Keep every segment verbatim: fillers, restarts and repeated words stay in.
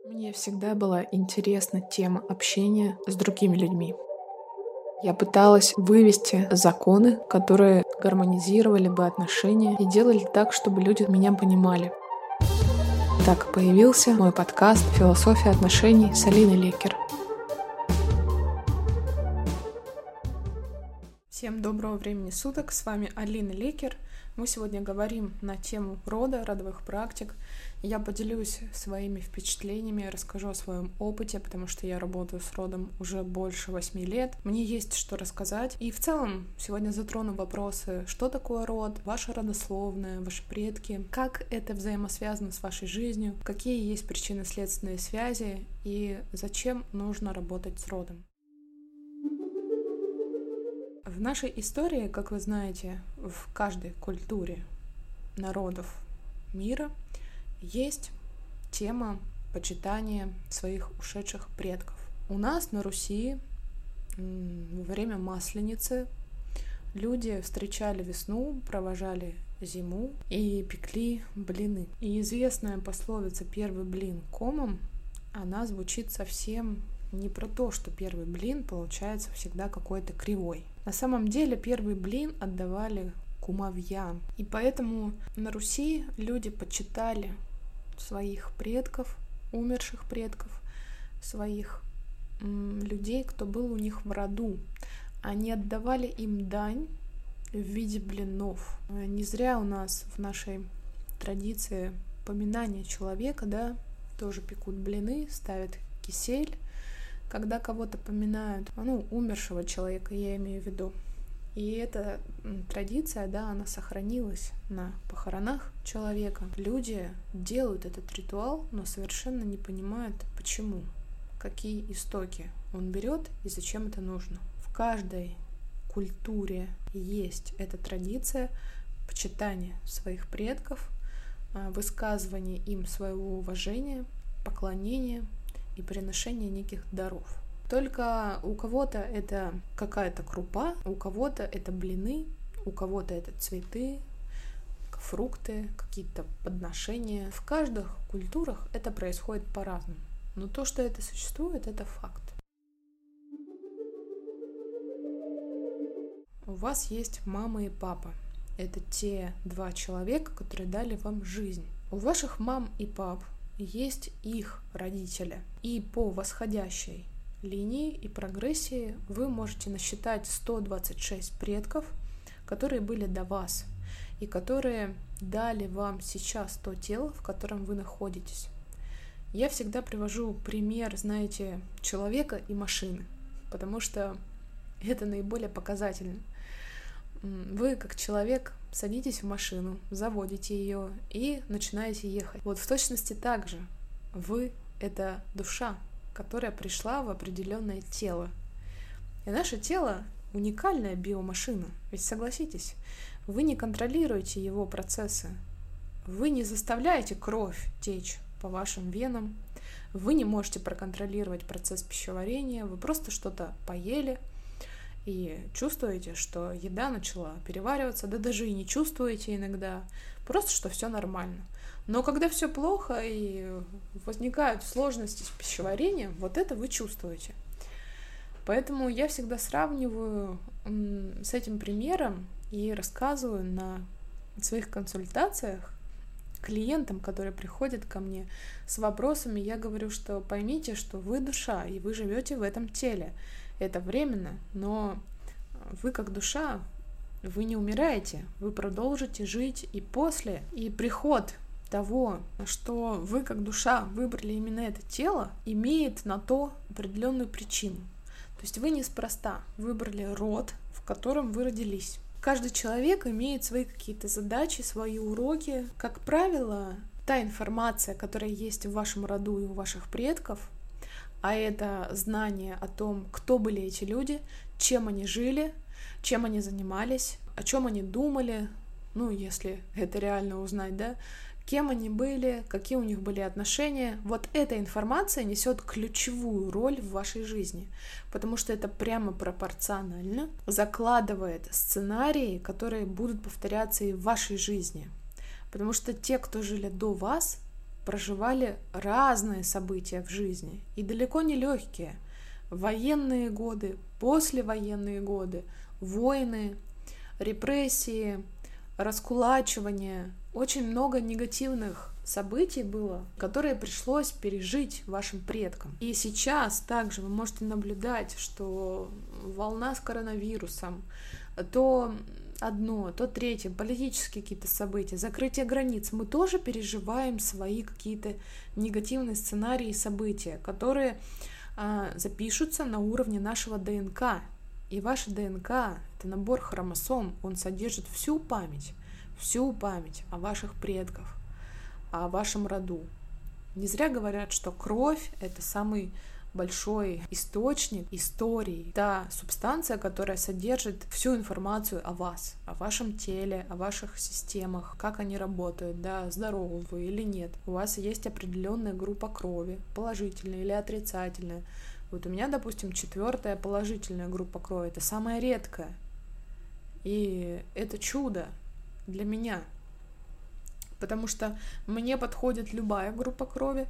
Мне всегда была интересна тема общения с другими людьми. Я пыталась вывести законы, которые гармонизировали бы отношения и делали так, чтобы люди меня понимали. Так появился мой подкаст «Философия отношений» с Алиной Лекер. Всем доброго времени суток, с вами Алина Лекер. Мы сегодня говорим на тему рода, родовых практик. Я поделюсь своими впечатлениями, расскажу о своем опыте, потому что я работаю с родом уже больше восьми лет. Мне есть что рассказать. И в целом сегодня затрону вопросы, что такое род, ваша родословная, ваши предки, как это взаимосвязано с вашей жизнью, какие есть причинно-следственные связи и зачем нужно работать с родом. В нашей истории, как вы знаете, в каждой культуре народов мира есть тема почитания своих ушедших предков. У нас на Руси во время Масленицы люди встречали весну, провожали зиму и пекли блины. И известная пословица «первый блин комом», она звучит совсем не про то, что первый блин получается всегда какой-то кривой. На самом деле первый блин отдавали кумовьям. И поэтому на Руси люди почитали своих предков, умерших предков, своих м, людей, кто был у них в роду. Они отдавали им дань в виде блинов. Не зря у нас в нашей традиции поминания человека, да, тоже пекут блины, ставят кисель, когда кого-то поминают, ну, умершего человека, я имею в виду. И эта традиция, да, она сохранилась на похоронах человека. Люди делают этот ритуал, но совершенно не понимают, почему, какие истоки он берет и зачем это нужно. В каждой культуре есть эта традиция почитания своих предков, высказывания им своего уважения, поклонения и приношение неких даров. Только у кого-то это какая-то крупа, у кого-то это блины, у кого-то это цветы, фрукты, какие-то подношения. В каждых культурах это происходит по-разному. Но то, что это существует, это факт. У вас есть мама и папа. Это те два человека, которые дали вам жизнь. У ваших мам и пап есть их родители. И по восходящей линии и прогрессии вы можете насчитать сто двадцать шесть предков, которые были до вас и которые дали вам сейчас то тело, в котором вы находитесь. Я всегда привожу пример, знаете, человека и машины, потому что это наиболее показательно. Вы, как человек, садитесь в машину, заводите ее и начинаете ехать. Вот в точности так же вы — это душа, которая пришла в определенное тело. И наше тело — уникальная биомашина. Ведь согласитесь, вы не контролируете его процессы. Вы не заставляете кровь течь по вашим венам. Вы не можете проконтролировать процесс пищеварения. Вы просто что-то поели и чувствуете, что еда начала перевариваться, да даже и не чувствуете иногда, просто что все нормально. Но когда все плохо и возникают сложности с пищеварением, вот это вы чувствуете. Поэтому я всегда сравниваю с этим примером и рассказываю на своих консультациях клиентам, которые приходят ко мне с вопросами, я говорю, что поймите, что вы душа, и вы живете в этом теле. Это временно, но вы как душа, вы не умираете, вы продолжите жить и после. И приход того, что вы как душа выбрали именно это тело, имеет на то определенную причину. То есть вы неспроста выбрали род, в котором вы родились. Каждый человек имеет свои какие-то задачи, свои уроки. Как правило, та информация, которая есть в вашем роду и у ваших предков, а это знание о том, кто были эти люди, чем они жили, чем они занимались, о чем они думали, ну, если это реально узнать, да, кем они были, какие у них были отношения. Вот эта информация несет ключевую роль в вашей жизни, потому что это прямо пропорционально закладывает сценарии, которые будут повторяться и в вашей жизни. Потому что те, кто жили до вас, проживали разные события в жизни, и далеко не легкие. Военные годы, послевоенные годы, войны, репрессии, раскулачивание. Очень много негативных событий было, которые пришлось пережить вашим предкам. И сейчас также вы можете наблюдать, что волна с коронавирусом, то одно, то третье, политические какие-то события, закрытие границ. Мы тоже переживаем свои какие-то негативные сценарии и события, которые а, запишутся на уровне нашего ДНК. И ваша ДНК — это набор хромосом, он содержит всю память, всю память о ваших предках, о вашем роду. Не зря говорят, что кровь — это самый большой источник истории, та субстанция, которая содержит всю информацию о вас, о вашем теле, о ваших системах, как они работают, да, здоровы вы или нет. У вас есть определенная группа крови, положительная или отрицательная. Вот у меня, допустим, четвертая положительная группа крови, это самая редкая. И это чудо для меня, потому что мне подходит любая группа крови,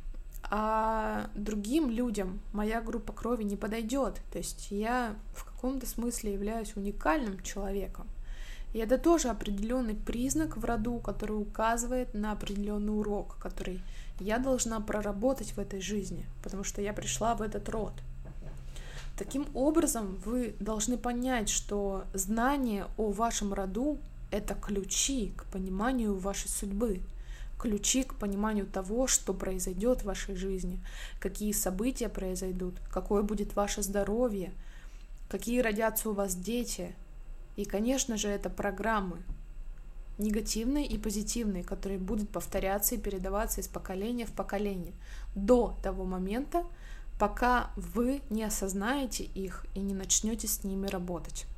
а другим людям моя группа крови не подойдет. То есть я в каком-то смысле являюсь уникальным человеком. И это тоже определенный признак в роду, который указывает на определенный урок, который я должна проработать в этой жизни, потому что я пришла в этот род. Таким образом, вы должны понять, что знание о вашем роду — это ключи к пониманию вашей судьбы, ключи к пониманию того, что произойдет в вашей жизни, какие события произойдут, какое будет ваше здоровье, какие родятся у вас дети. И, конечно же, это программы, негативные и позитивные, которые будут повторяться и передаваться из поколения в поколение до того момента, пока вы не осознаете их и не начнете с ними работать.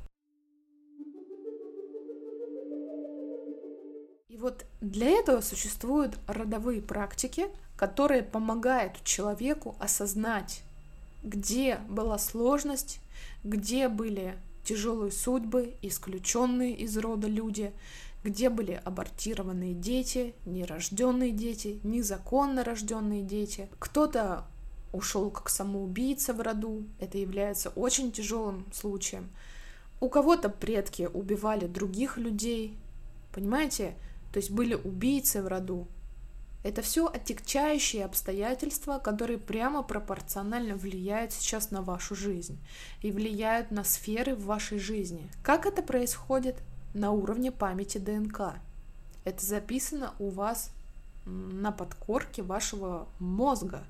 И вот для этого существуют родовые практики, которые помогают человеку осознать, где была сложность, где были тяжелые судьбы, исключенные из рода люди, где были абортированные дети, нерожденные дети, незаконно рожденные дети. Кто-то ушел как самоубийца в роду, это является очень тяжелым случаем. У кого-то предки убивали других людей, понимаете? То есть были убийцы в роду. Это все отягчающие обстоятельства, которые прямо пропорционально влияют сейчас на вашу жизнь и влияют на сферы в вашей жизни. Как это происходит? На уровне памяти ДНК. Это записано у вас на подкорке вашего мозга.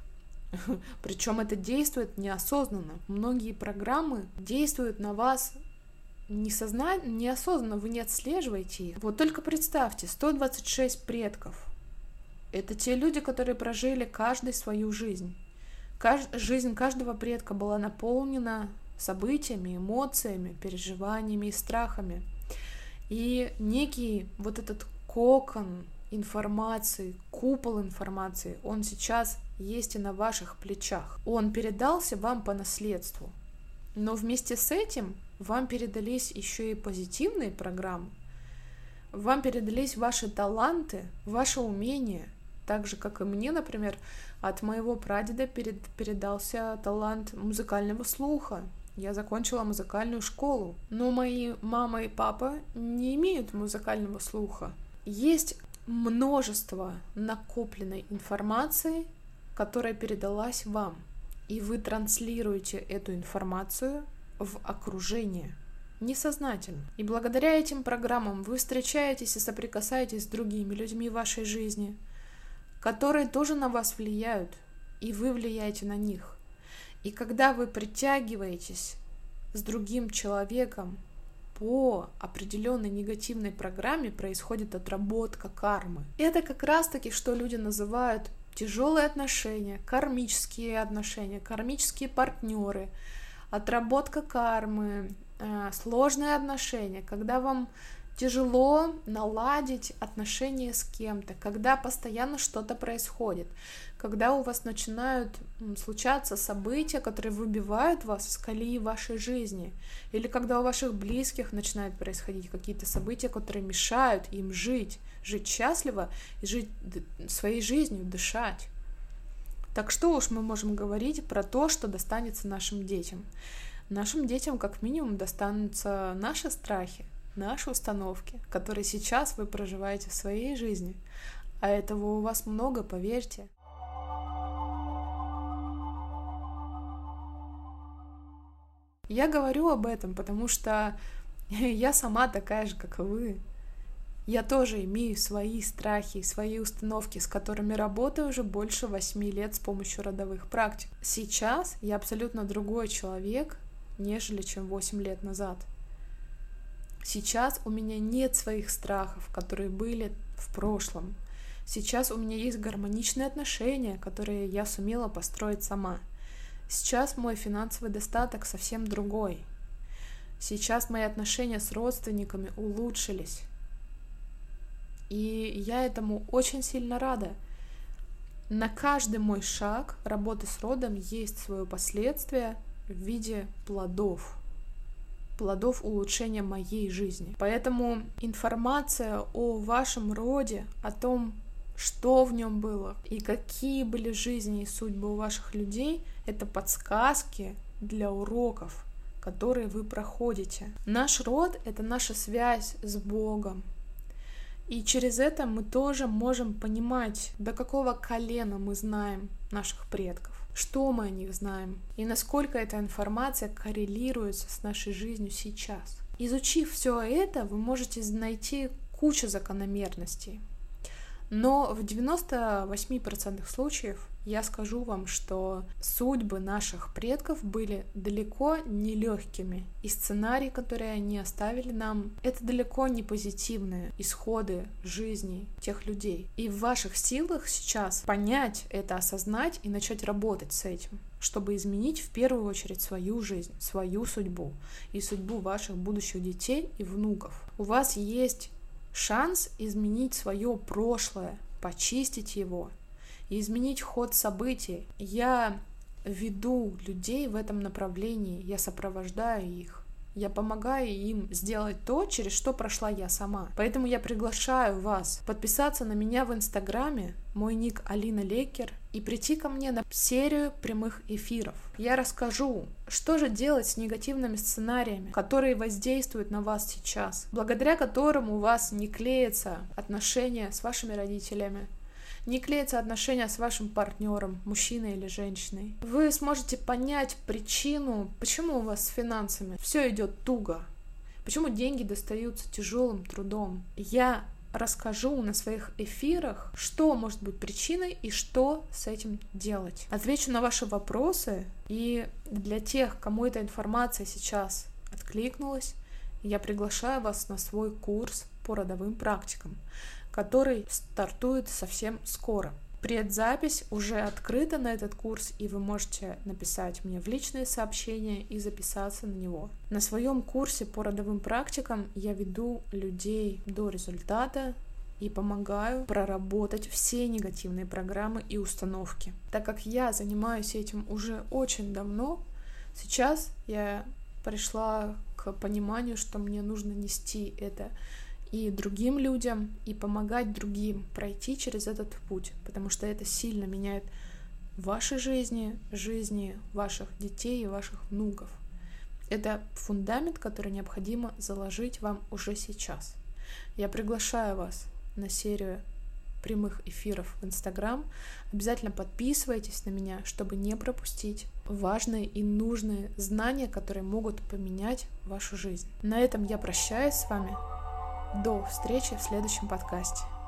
Причем это действует неосознанно. Многие программы действуют на вас несознанно, неосознанно, вы не отслеживаете их. Вот только представьте, сто двадцать шесть предков. Это те люди, которые прожили каждый свою жизнь. Кажд... Жизнь каждого предка была наполнена событиями, эмоциями, переживаниями и страхами. И некий вот этот кокон информации, купол информации, он сейчас есть и на ваших плечах. Он передался вам по наследству. Но вместе с этим вам передались еще и позитивные программы. Вам передались ваши таланты, ваши умения. Так же, как и мне, например, от моего прадеда перед, передался талант музыкального слуха. Я закончила музыкальную школу, но мои мама и папа не имеют музыкального слуха. Есть множество накопленной информации, которая передалась вам, и вы транслируете эту информацию в окружение несознательно. И благодаря этим программам вы встречаетесь и соприкасаетесь с другими людьми в вашей жизни, которые тоже на вас влияют, и вы влияете на них. И когда вы притягиваетесь с другим человеком по определенной негативной программе, происходит отработка кармы. Это как раз-таки, что люди называют тяжелые отношения, кармические отношения, кармические партнеры, отработка кармы, сложные отношения, когда вам тяжело наладить отношения с кем-то, когда постоянно что-то происходит, когда у вас начинают случаться события, которые выбивают вас из колеи вашей жизни, или когда у ваших близких начинают происходить какие-то события, которые мешают им жить, жить счастливо и жить своей жизнью, дышать. Так что уж мы можем говорить про то, что достанется нашим детям. Нашим детям как минимум достанутся наши страхи, наши установки, которые сейчас вы проживаете в своей жизни. А этого у вас много, поверьте. Я говорю об этом, потому что я сама такая же, как и вы. Я тоже имею свои страхи, свои установки, с которыми работаю уже больше восьми лет с помощью родовых практик. Сейчас я абсолютно другой человек, нежели чем восемь лет назад. Сейчас у меня нет своих страхов, которые были в прошлом. Сейчас у меня есть гармоничные отношения, которые я сумела построить сама. Сейчас мой финансовый достаток совсем другой. Сейчас мои отношения с родственниками улучшились. И я этому очень сильно рада. На каждый мой шаг работы с родом есть свое последствие в виде плодов. Плодов улучшения моей жизни. Поэтому информация о вашем роде, о том, что в нем было и какие были жизни и судьбы у ваших людей, это подсказки для уроков, которые вы проходите. Наш род — это наша связь с Богом. И через это мы тоже можем понимать, до какого колена мы знаем наших предков, что мы о них знаем, и насколько эта информация коррелируется с нашей жизнью сейчас. Изучив все это, вы можете найти кучу закономерностей. Но в девяноста восьми процентах случаев я скажу вам, что судьбы наших предков были далеко не легкими, и сценарии, которые они оставили нам, это далеко не позитивные исходы жизни тех людей. И в ваших силах сейчас понять это, осознать и начать работать с этим, чтобы изменить в первую очередь свою жизнь, свою судьбу и судьбу ваших будущих детей и внуков. У вас есть шанс изменить свое прошлое, почистить его и изменить ход событий. Я веду людей в этом направлении, я сопровождаю их, я помогаю им сделать то, через что прошла я сама. Поэтому я приглашаю вас подписаться на меня в Инстаграме, мой ник Алина Лекер, и прийти ко мне на серию прямых эфиров. Я расскажу, что же делать с негативными сценариями, которые воздействуют на вас сейчас, благодаря которым у вас не клеятся отношения с вашими родителями, не клеятся отношения с вашим партнером, мужчиной или женщиной. Вы сможете понять причину, почему у вас с финансами все идет туго, почему деньги достаются тяжелым трудом. Я расскажу на своих эфирах, что может быть причиной и что с этим делать. Отвечу на ваши вопросы, и для тех, кому эта информация сейчас откликнулась, я приглашаю вас на свой курс по родовым практикам, который стартует совсем скоро. Предзапись уже открыта на этот курс, и вы можете написать мне в личные сообщения и записаться на него. На своем курсе по родовым практикам я веду людей до результата и помогаю проработать все негативные программы и установки. Так как я занимаюсь этим уже очень давно, сейчас я пришла к пониманию, что мне нужно нести это и другим людям, и помогать другим пройти через этот путь, потому что это сильно меняет ваши жизни, жизни ваших детей и ваших внуков. Это фундамент, который необходимо заложить вам уже сейчас. Я приглашаю вас на серию прямых эфиров в Инстаграм. Обязательно подписывайтесь на меня, чтобы не пропустить важные и нужные знания, которые могут поменять вашу жизнь. На этом я прощаюсь с вами. До встречи в следующем подкасте.